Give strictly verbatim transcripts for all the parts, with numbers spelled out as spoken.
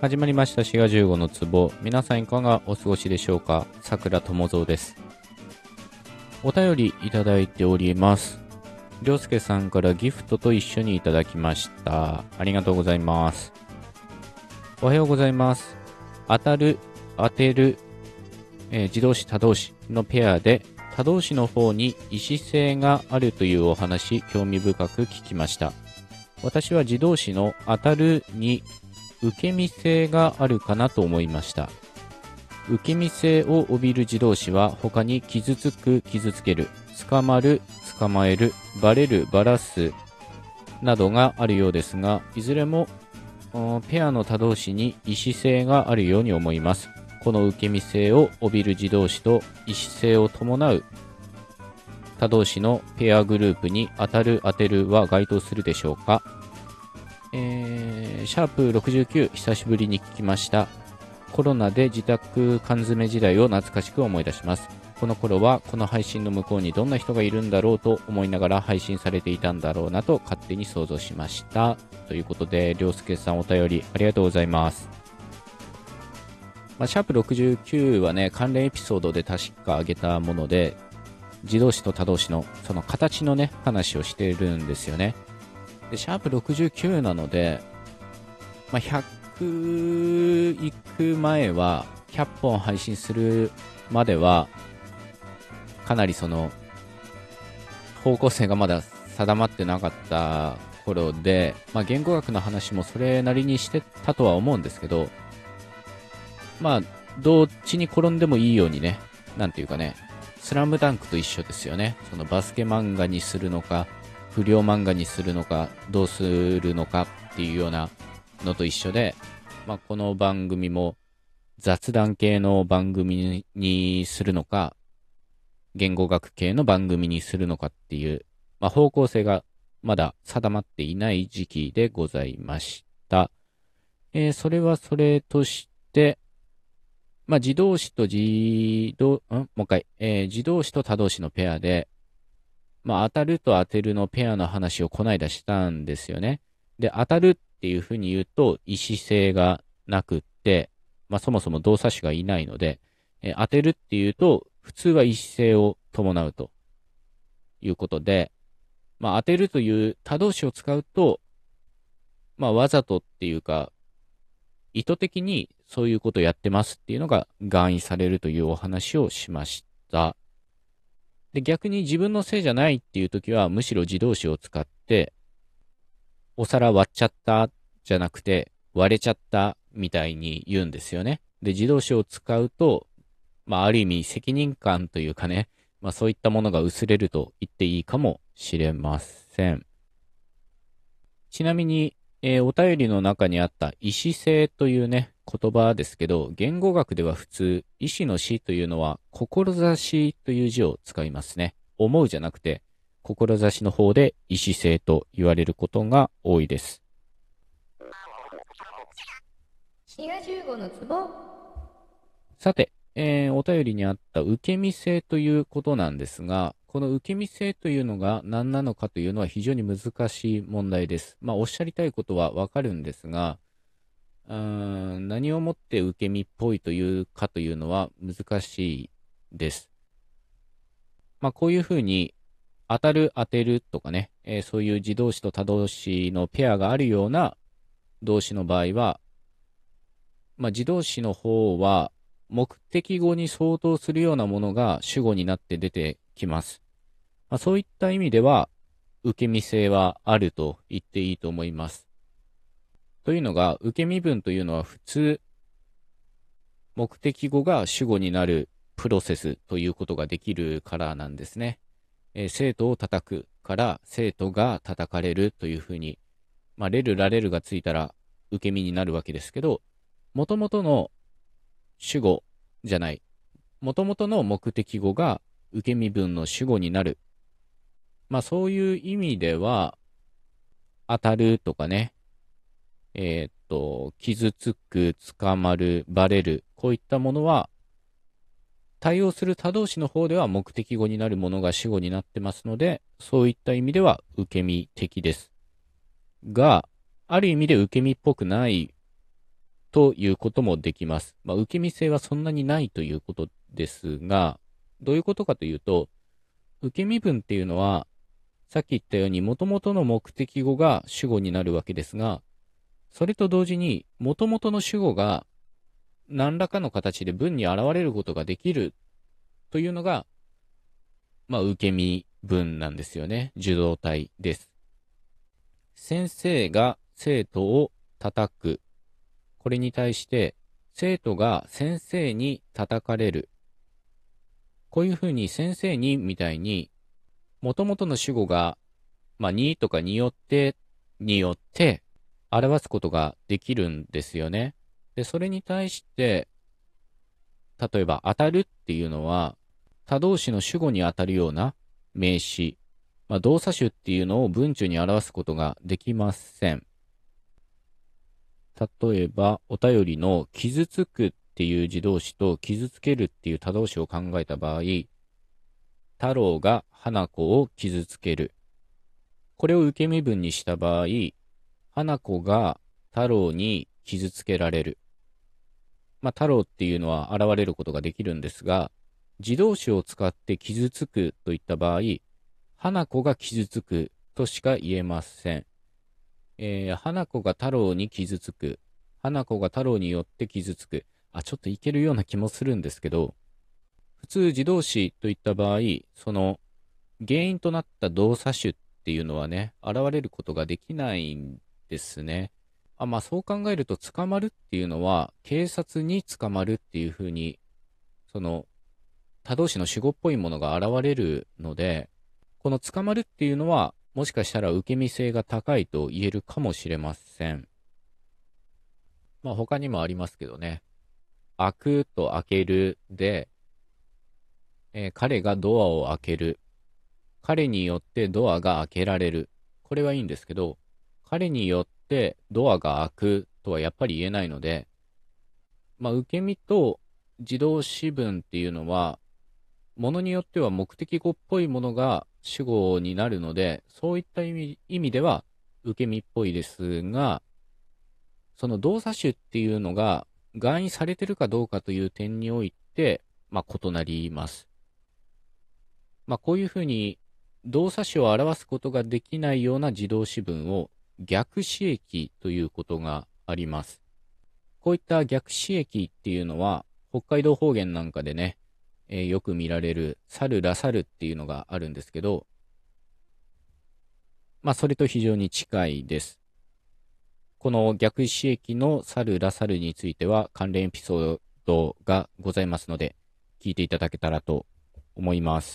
始まりました。滋賀じゅうごの壺。皆さんいかがお過ごしでしょうか。桜友蔵です。お便りいただいております。りょうすけさんからギフトと一緒にいただきました。ありがとうございます。おはようございます。当たる、当てる、えー、自動詞多動詞のペアで多動詞の方に意思性があるというお話、興味深く聞きました。私は自動詞の当たるに受け身性があるかなと思いました。受け身性を帯びる自動詞は他に傷つく、傷つける、捕まる、捕まえる、バレる、バラすなどがあるようですが、いずれもペアの他動詞に意思性があるように思います。この受け身性を帯びる自動詞と意思性を伴う他動詞のペアグループに当たる、当てるは該当するでしょうか。えー、シャープろくじゅうきゅう久しぶりに聞きました。コロナで自宅缶詰時代を懐かしく思い出します。この頃はこの配信の向こうにどんな人がいるんだろうと思いながら配信されていたんだろうなと勝手に想像しました。ということで、りょうすけさんお便りありがとうございます。まあ、シャープろくじゅうきゅうはね、関連エピソードで確か挙げたもので、自動詞と他動詞のその形のね、話をしているんですよね。で、シャープろくじゅうきゅうなので、まあ、ひゃく行く前は、ひゃっぽん配信するまでは、かなりその、方向性がまだ定まってなかった頃で、まあ、言語学の話もそれなりにしてたとは思うんですけど、まあ、どっちに転んでもいいようにね、なんていうかね、スラムダンクと一緒ですよね。そのバスケ漫画にするのか、不良漫画にするのか、どうするのかっていうようなのと一緒で、まあ、この番組も雑談系の番組にするのか、言語学系の番組にするのかっていう、まあ、方向性がまだ定まっていない時期でございました。えー、それはそれとして、まあ、自動詞と自動、んもう一回、えー、自動詞と他動詞のペアで、まあ、当たると当てるのペアの話をこないだしたんですよね。で、当たるっていうふうに言うと、意思性がなくって、まあ、そもそも動作詞がいないので、えー当てるっていうと、普通は意思性を伴うということで、まあ、当てるという他動詞を使うと、まあ、わざとっていうか、意図的にそういうことをやってますっていうのが含意されるというお話をしました。で、逆に自分のせいじゃないっていう時は、むしろ自動詞を使って、お皿割っちゃったじゃなくて、割れちゃったみたいに言うんですよね。で、自動詞を使うと、まあ、ある意味責任感というかね、まあ、そういったものが薄れると言っていいかもしれません。ちなみに、えーお便りの中にあった意思性というね、言葉ですけど、言語学では普通、意思の思というのは、志という字を使いますね。思うじゃなくて、志の方で意思性と言われることが多いです。 滋賀じゅうごのツボ。 さて、えーお便りにあった受け身性ということなんですが、この受け身性というのが何なのかというのは非常に難しい問題です。まあ、おっしゃりたいことはわかるんですが、うーん何をもって受け身っぽいというかというのは難しいです。まあ、こういうふうに当たる、当てるとかね、えーそういう自動詞と他動詞のペアがあるような動詞の場合は、まあ、自動詞の方は目的語に相当するようなものが主語になって出てきます。まあ、そういった意味では、受け身性はあると言っていいと思います。というのが、受け身文というのは普通、目的語が主語になるプロセスということができるからなんですね。えー生徒を叩くから生徒が叩かれるというふうに、まあ、レル、ラレルがついたら受け身になるわけですけど、元々の主語じゃない、元々の目的語が受け身文の主語になる。まあそういう意味では、当たるとかね、えーっと、傷つく、捕まる、バレる、こういったものは、対応する他動詞の方では目的語になるものが主語になってますので、そういった意味では受け身的です。が、ある意味で受け身っぽくないということもできます。まあ、受け身性はそんなにないということですが、どういうことかというと、受け身文っていうのは、さっき言ったように元々の目的語が主語になるわけですが、それと同時に元々の主語が何らかの形で文に現れることができるというのが、まあ、受け身文なんですよね。受動体です。先生が生徒を叩く。これに対して、生徒が先生に叩かれる。こういうふうに先生にみたいに、元々の主語が、まあ、にとかによって、によって表すことができるんですよね。で、それに対して、例えば当たるっていうのは、他動詞の主語に当たるような名詞、まあ、動作種っていうのを文中に表すことができません。例えば、お便りの傷つくっていう自動詞と傷つけるっていう他動詞を考えた場合、太郎が花子を傷つける。これを受け身文にした場合、花子が太郎に傷つけられる。まあ、太郎っていうのは現れることができるんですが、自動詞を使って傷つくといった場合、花子が傷つくとしか言えません。えー、花子が太郎に傷つく。花子が太郎によって傷つく。あ、ちょっといけるような気もするんですけど、普通自動詞といった場合、その原因となった動作種っていうのはね、現れることができないんですね。あ、まあそう考えると、捕まるっていうのは、警察に捕まるっていうふうに、その他動詞の主語っぽいものが現れるので、この捕まるっていうのは、もしかしたら受け身性が高いと言えるかもしれません。まあ他にもありますけどね。開くと開けるで、えー彼がドアを開ける。彼によってドアが開けられる。これはいいんですけど、彼によってドアが開くとはやっぱり言えないので、まあ受け身と自動詞文っていうのは、ものによっては目的語っぽいものが主語になるので、そういった意味、意味では受け身っぽいですが、その動作種っていうのが含意されてるかどうかという点において、まあ異なります。まあこういうふうに動作種を表すことができないような自動詞文を逆詞液ということがあります。こういった逆詞液っていうのは北海道方言なんかでね、えーよく見られるサルラサルっていうのがあるんですけど、まあそれと非常に近いです。この逆詞液のサルラサルについては関連エピソードがございますので、聞いていただけたらと思います。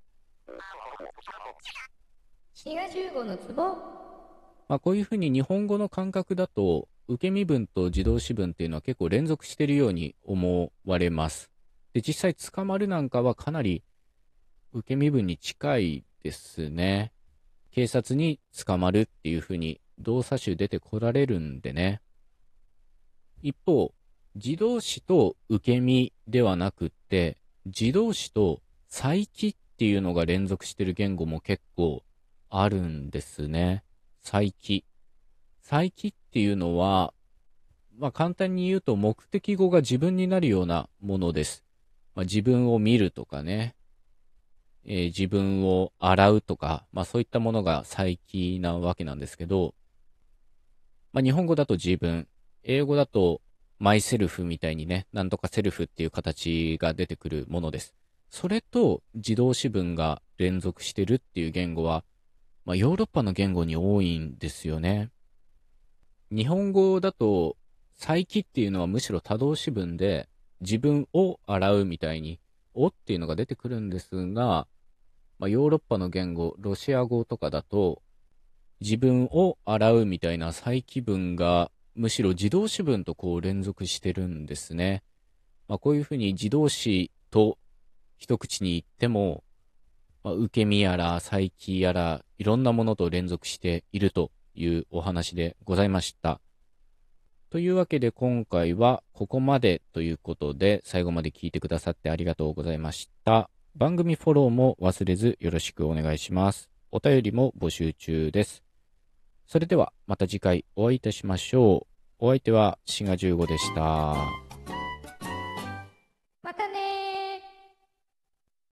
滋賀じゅうごのツボ。 まあこういうふうに日本語の感覚だと、受け身文と自動詞文っていうのは結構連続しているように思われます。で、実際捕まるなんかはかなり受け身文に近いですね。警察に捕まるっていう風に動作種出てこられるんでね。一方、自動詞と受け身ではなくって、自動詞と再起っていうのが連続してる言語も結構あるんですね。再起。再起っていうのは、まあ簡単に言うと目的語が自分になるようなものです。まあ、自分を見るとかね。えー自分を洗うとか、まあそういったものが再起なわけなんですけど、まあ日本語だと自分、英語だとマイセルフみたいにね、なんとかセルフっていう形が出てくるものです。それと自動詞文が連続してるっていう言語は、まあヨーロッパの言語に多いんですよね。日本語だと再起っていうのはむしろ他動詞文で自分を洗うみたいに、おっていうのが出てくるんですが、まあ、ヨーロッパの言語、ロシア語とかだと、自分を洗うみたいな再起文が、むしろ自動詞文とこう連続してるんですね。まあ、こういうふうに自動詞と一口に言っても、まあ、受け身やら再起やら、いろんなものと連続しているというお話でございました。というわけで今回はここまでということで、最後まで聞いてくださってありがとうございました。番組フォローも忘れずよろしくお願いします。お便りも募集中です。それではまた次回お会いいたしましょう。 お相手はしがじゅうごでした。